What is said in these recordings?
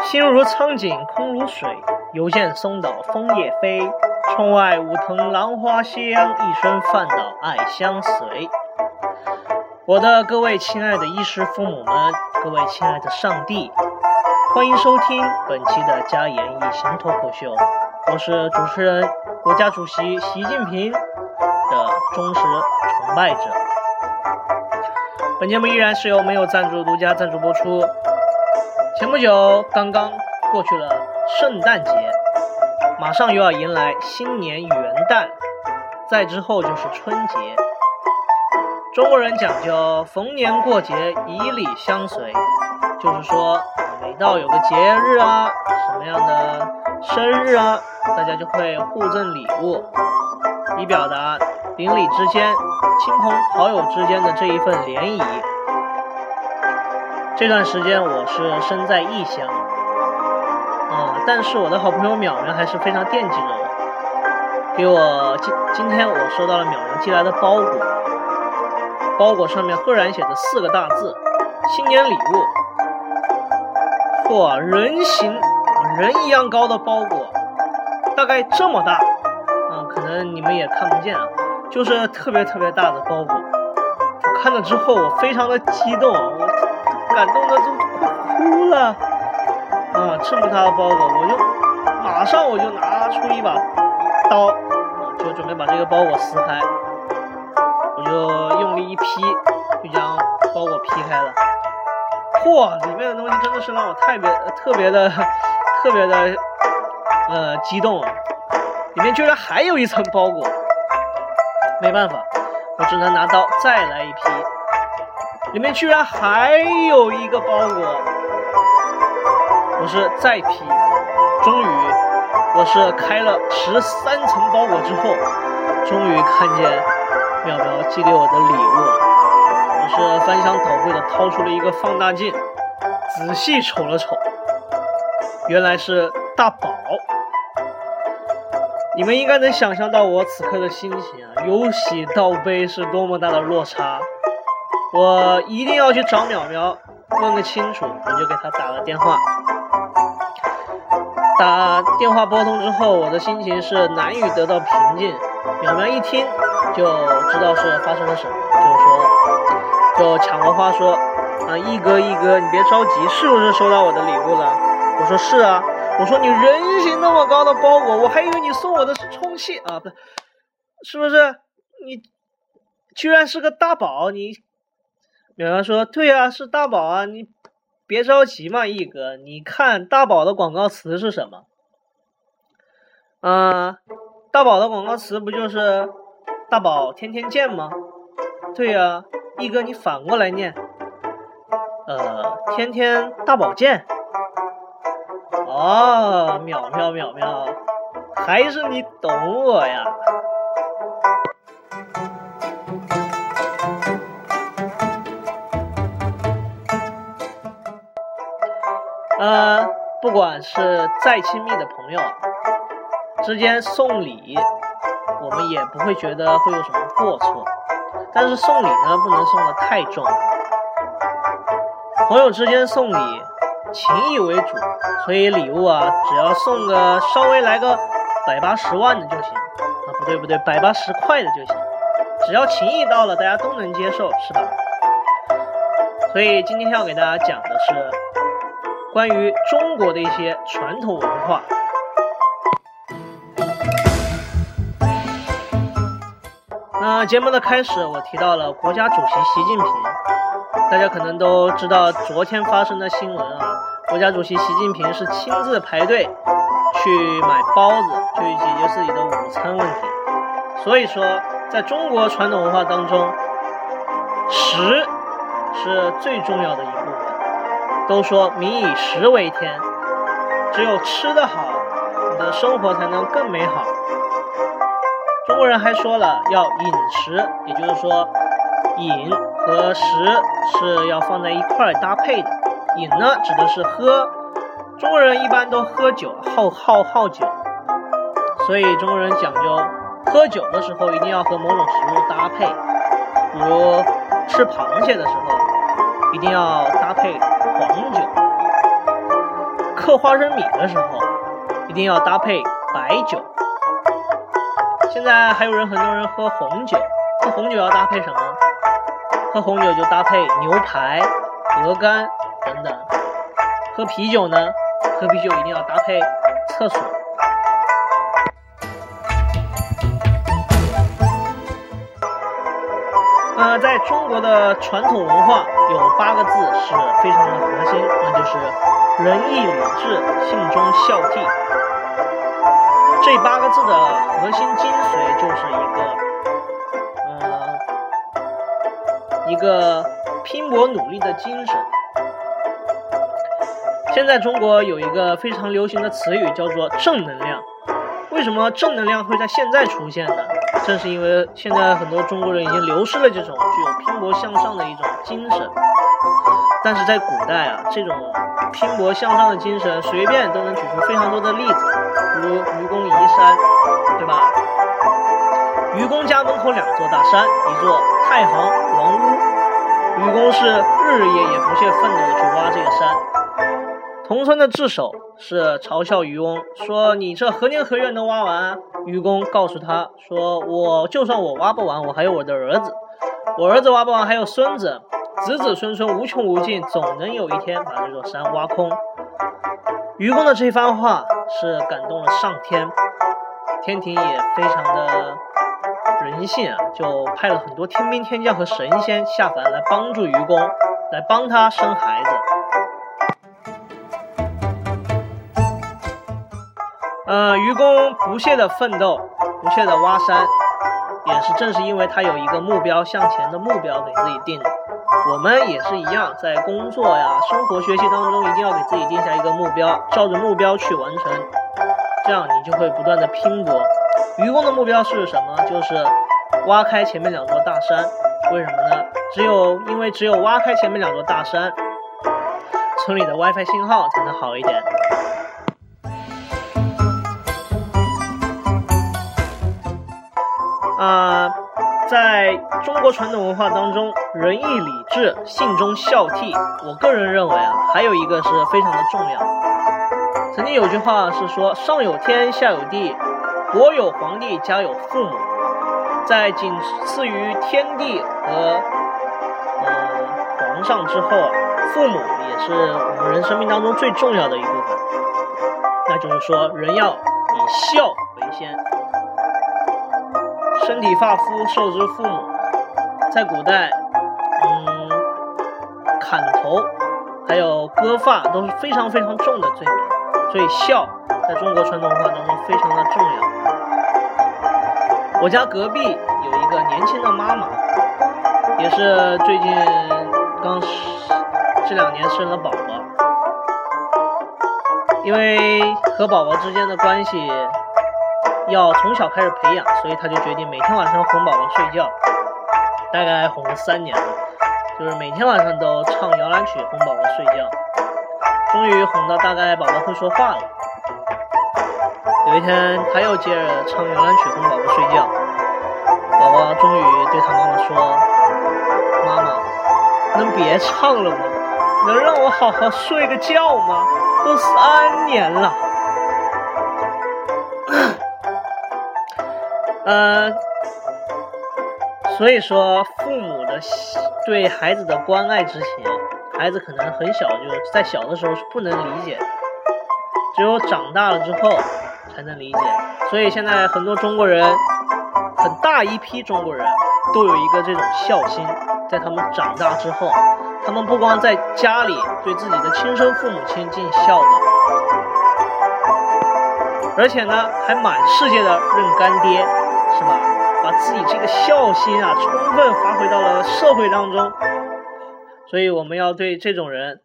心如苍井空如水，犹见松岛枫叶飞。窗外梧藤兰花香，一生饭岛爱相随。我的各位亲爱的衣食父母们，各位亲爱的上帝，欢迎收听本期的家言一行脱口秀。我是主持人，国家主席习近平的忠实崇拜者。本节目依然是由没有赞助独家赞助播出。前不久刚刚过去了圣诞节，马上又要迎来新年元旦，再之后就是春节。中国人讲究逢年过节以礼相随，就是说每到有个节日啊，什么样的生日啊，大家就会互赠礼物，以表达邻里之间、亲朋好友之间的这一份联谊。这段时间我是身在异乡但是我的好朋友淼淼还是非常惦记着我，给我今天我收到了淼淼寄来的包裹，包裹上面赫然写着4个大字：新年礼物。嚯，人一样高的包裹，大概这么大可能你们也看不见就是特别大的包裹。我看了之后我非常的激动，我感动的都快哭了这么大的包裹，马上我就拿出一把刀就准备把这个包裹撕开，我就用力一劈，就将包裹劈开了。嚯，里面的东西真的是让我特别的激动里面居然还有一层包裹。没办法，我只能拿刀再来一劈，里面居然还有一个包裹。我是再劈，终于我是开了13层包裹之后，终于看见淼淼寄给我的礼物了。我是翻箱倒柜的掏出了一个放大镜，仔细瞅了瞅，原来是大宝。你们应该能想象到我此刻的心情由喜到悲是多么大的落差。我一定要去找淼淼问个清楚，我就给他打了电话。打电话拨通之后，我的心情是难以得到平静。淼淼一听就知道是发生了什么，就抢过话说一哥你别着急，是不是收到我的礼物了？我说是啊。我说你人形那么高的包裹，我还以为你送我的是充气不是不是？你居然是个大宝。你淼淼说对啊，是大宝你别着急嘛，一哥，你看大宝的广告词是什么？大宝的广告词不就是大宝天天见吗？对啊，一哥你反过来念，天天大宝见。淼，还是你懂我呀。不管是再亲密的朋友之间送礼，我们也不会觉得会有什么过错，但是送礼呢，不能送得太重。朋友之间送礼情义为主，所以礼物只要送个稍微来个180万的就行不对180块的就行，只要情义到了大家都能接受，是吧？所以今天要给大家讲的是关于中国的一些传统文化。那节目的开始我提到了国家主席习近平，大家可能都知道昨天发生的新闻国家主席习近平是亲自排队去买包子，去解决自己的午餐问题。所以说在中国传统文化当中，食是最重要的一部分。都说民以食为天，只有吃得好，你的生活才能更美好。中国人还说了要饮食，也就是说饮和食是要放在一块搭配的。饮呢指的是喝，中国人一般都喝酒，好酒，所以中国人讲究喝酒的时候一定要和某种食物搭配，比如吃螃蟹的时候一定要搭配黄酒。 嗑花生米的时候，一定要搭配白酒。现在还有很多人喝红酒，喝红酒要搭配什么？喝红酒就搭配牛排、鹅肝等等。喝啤酒呢？喝啤酒一定要搭配厕所。在中国的传统文化有8个字是非常的核心，那就是仁义礼智信忠孝悌。这8个字的核心精髓就是一个拼搏努力的精神。现在中国有一个非常流行的词语叫做正能量。为什么正能量会在现在出现呢？正是因为现在很多中国人已经流失了这种具有拼搏向上的一种精神。但是在古代啊，这种拼搏向上的精神随便都能举出非常多的例子，如愚公移山，对吧？愚公家门口2座大山，一座太行王屋，愚公是日夜也不懈奋斗的去挖这个山。同村的智叟是嘲笑渔翁说，你这何年何月能挖完？愚公告诉他说，就算我挖不完，我还有我的儿子，我儿子挖不完还有孙子，子子孙孙无穷无尽，总能有一天把这座山挖空。愚公的这番话是感动了上天，天庭也非常的人性啊，就派了很多天兵天将和神仙下凡来帮助愚公，来帮他生孩子。愚公不懈的奋斗，不懈的挖山，也是正是因为他有一个目标，向前的目标给自己定的。我们也是一样，在工作呀、生活、学习当中，一定要给自己定下一个目标，照着目标去完成，这样你就会不断的拼搏。愚公的目标是什么？就是挖开前面2座大山。为什么呢？因为只有挖开前面2座大山，村里的 WiFi 信号才能好一点。在中国传统文化当中，仁义礼智信忠孝悌，我个人认为还有一个是非常的重要。曾经有句话是说，上有天下有地，国有皇帝家有父母。在仅次于天地和皇上之后父母也是我们人生命当中最重要的一部分。那就是说，人要以孝为先。身体发肤受之父母，在古代砍头还有割发都是非常非常重的罪名，所以孝在中国传统文化当中非常的重要。我家隔壁有一个年轻的妈妈，也是最近这2年生了宝宝，因为和宝宝之间的关系要从小开始培养，所以他就决定每天晚上哄宝宝睡觉，大概哄了3年了，就是每天晚上都唱摇篮曲哄宝宝睡觉，终于哄到大概宝宝会说话了。有一天他又接着唱摇篮曲哄宝宝睡觉，宝宝终于对他妈妈说，妈妈，能别唱了吗？能让我好好睡个觉吗？都3年了。所以说父母的对孩子的关爱之情，孩子可能很小，就在小的时候是不能理解的，只有长大了之后才能理解。所以现在很多中国人，很大一批中国人都有一个这种孝心，在他们长大之后，他们不光在家里对自己的亲生父母亲尽孝道，而且呢还满世界的认干爹，是吧？把自己这个孝心充分发挥到了社会当中。所以我们要对这种人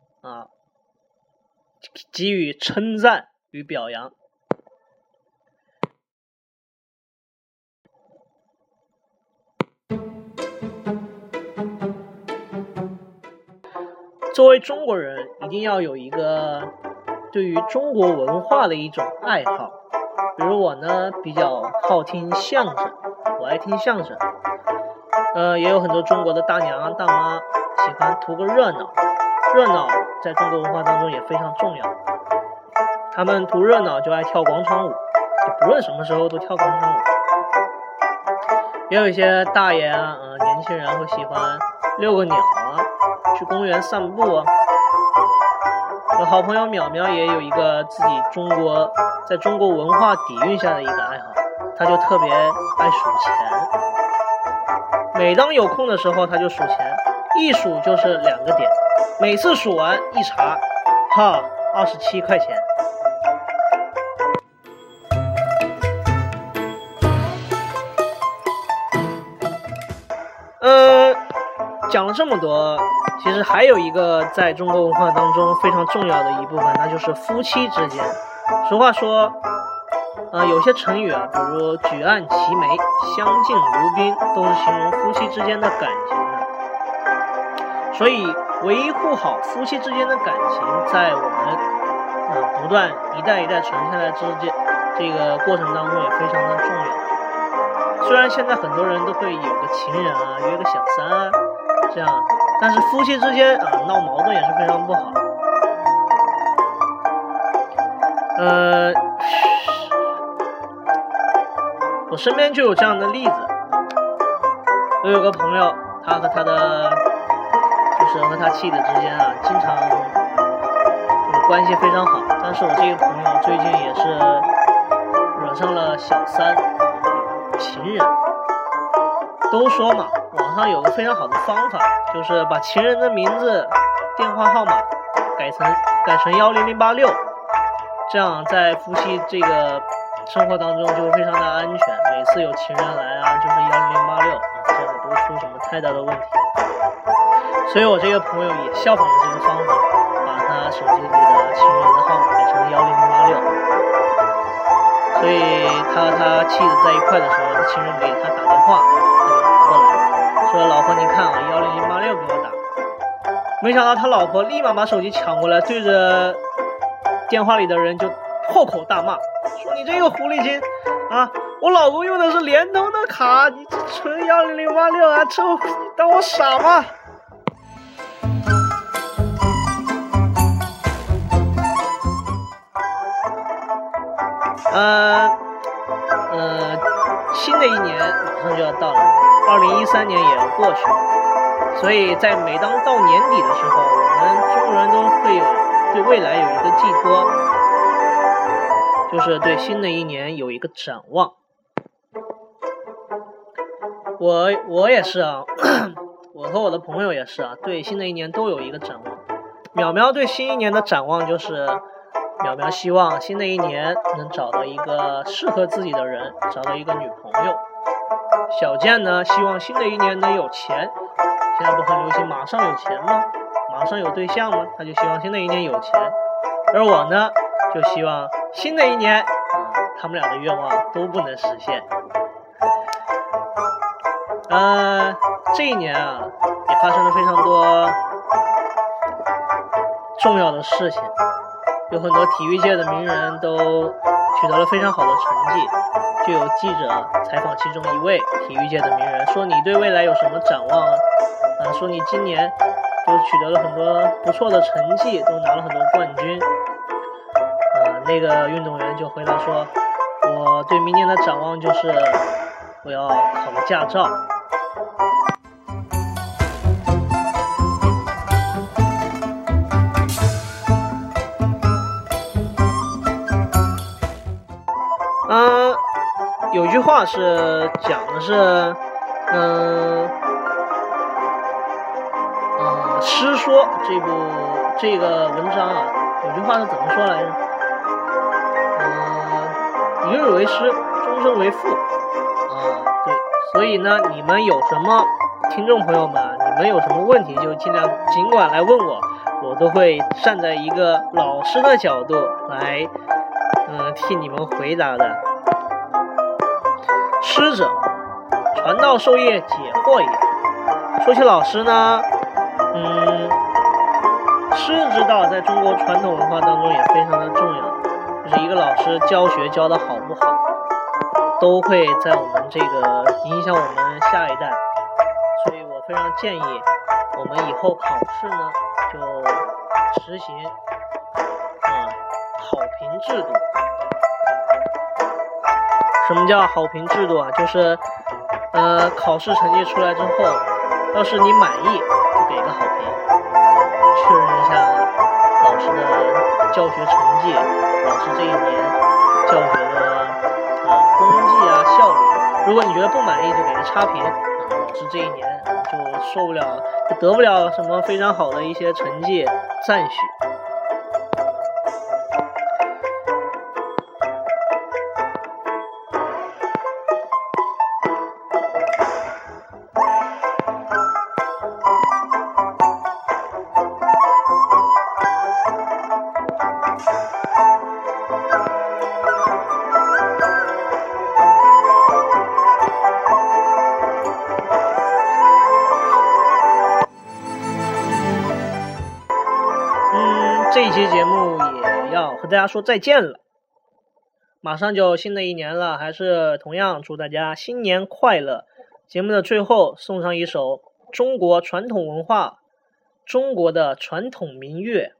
给予称赞与表扬。作为中国人，一定要有一个对于中国文化的一种爱好。比如我呢，比较好听相声，我爱听相声。也有很多中国的大娘大妈喜欢图个热闹，热闹在中国文化当中也非常重要。 他们图热闹就爱跳广场舞，就不论什么时候都跳广场舞。也有一些大爷啊，年轻人会喜欢遛个鸟啊，去公园散步啊。我好朋友淼淼也有一个自己在中国文化底蕴下的一个爱好，他就特别爱数钱。每当有空的时候他就数钱，一数就是2个点，每次数完一查，27块钱。讲了这么多，其实还有一个在中国文化当中非常重要的一部分，那就是夫妻之间。俗话说，有些成语啊，比如举案齐眉、相敬如宾，都是形容夫妻之间的感情的。所以，维护好夫妻之间的感情，在我们不断一代一代传下来这个过程当中也非常的重要。虽然现在很多人都会有个情人啊，约个小三啊。这样，但是夫妻之间闹矛盾也是非常不好。我身边就有这样的例子。我有个朋友，他和他妻子之间啊，经常就是关系非常好，但是我这个朋友最近也是惹上了小三，情人。都说嘛，网上有个非常好的方法，就是把情人的名字、电话号码改成10086，这样在夫妻这个生活当中就会非常的安全。每次有情人来啊，就是1086，这样不会出什么太大的问题。所以我这个朋友也效仿了这个方法，把他手机里的情人的号码改成1086。所以他和他妻子在一块的时候，他情人给他打电话，说老婆你看啊，1086给我打。没想到他老婆立马把手机抢过来，对着电话里的人就破口大骂，说你这个狐狸精啊，我老公用的是联通的卡，你这纯1086啊，这你当我傻吗？新的一年马上就要到了，2013年也要过去了，所以在每当到年底的时候，我们中国人都会对未来有一个寄托，就是对新的一年有一个展望。我也是啊，我和我的朋友也是啊，对新的一年都有一个展望。淼淼对新一年的展望就是，淼淼希望新的一年能找到一个适合自己的人，找到一个女朋友。小健呢，希望新的一年能有钱，现在不很流行马上有钱吗？马上有对象吗？他就希望新的一年有钱。而我呢，就希望新的一年，他们俩的愿望都不能实现。这一年啊，也发生了非常多重要的事情，有很多体育界的名人都取得了非常好的成绩。就有记者采访其中一位体育界的名人，说你对未来有什么展望啊？说你今年就取得了很多不错的成绩，都拿了很多冠军。那个运动员就回答说，我对明年的展望就是我要考个驾照。有句话是讲的是，诗说这个文章啊，有句话是怎么说来着？一日为师，终身为父。对，所以呢，你们有什么听众朋友们，你们有什么问题就尽管来问我，我都会站在一个老师的角度来，替你们回答的。师者，传道授业解惑也。说起老师呢，师之道在中国传统文化当中也非常的重要，就是一个老师教学教得好不好，都会在我们这个影响我们下一代。所以我非常建议我们以后考试呢，就实行考评评制度。什么叫好评制度啊？就是考试成绩出来之后，要是你满意就给个好评，确认一下老师的教学成绩，老师这一年教学的功绩啊效率。如果你觉得不满意就给个差评老师这一年就受不了，就得不了什么非常好的一些成绩赞许。这一期节目也要和大家说再见了，马上就新的一年了，还是同样祝大家新年快乐。节目的最后送上一首中国传统文化，中国的传统民乐。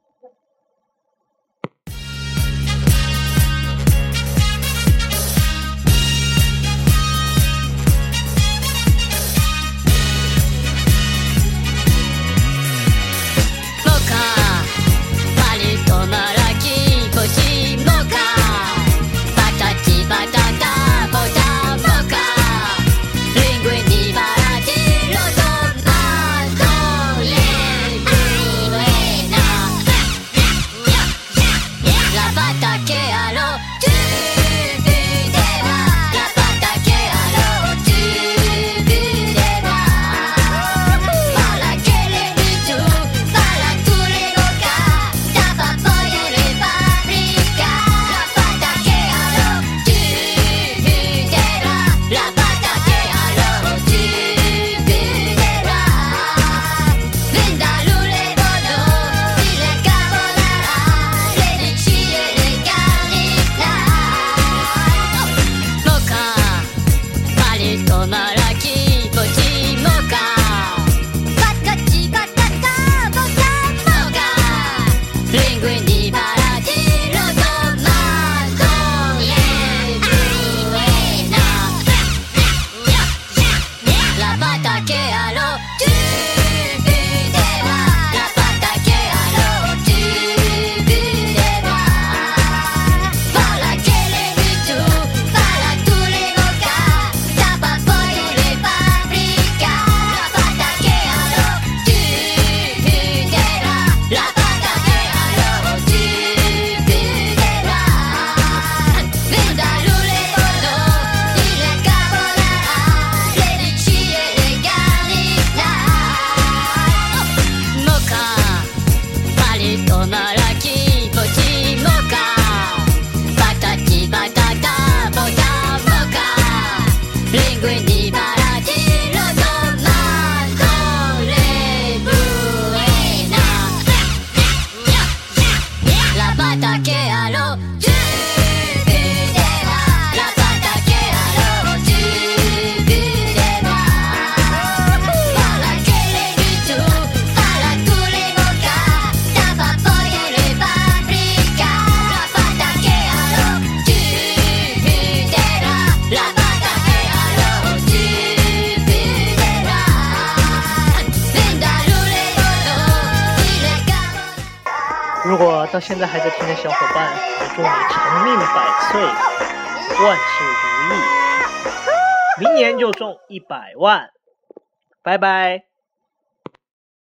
如果到现在还在听的小伙伴，我祝你长命百岁，万事如意，明年就中100万，拜拜。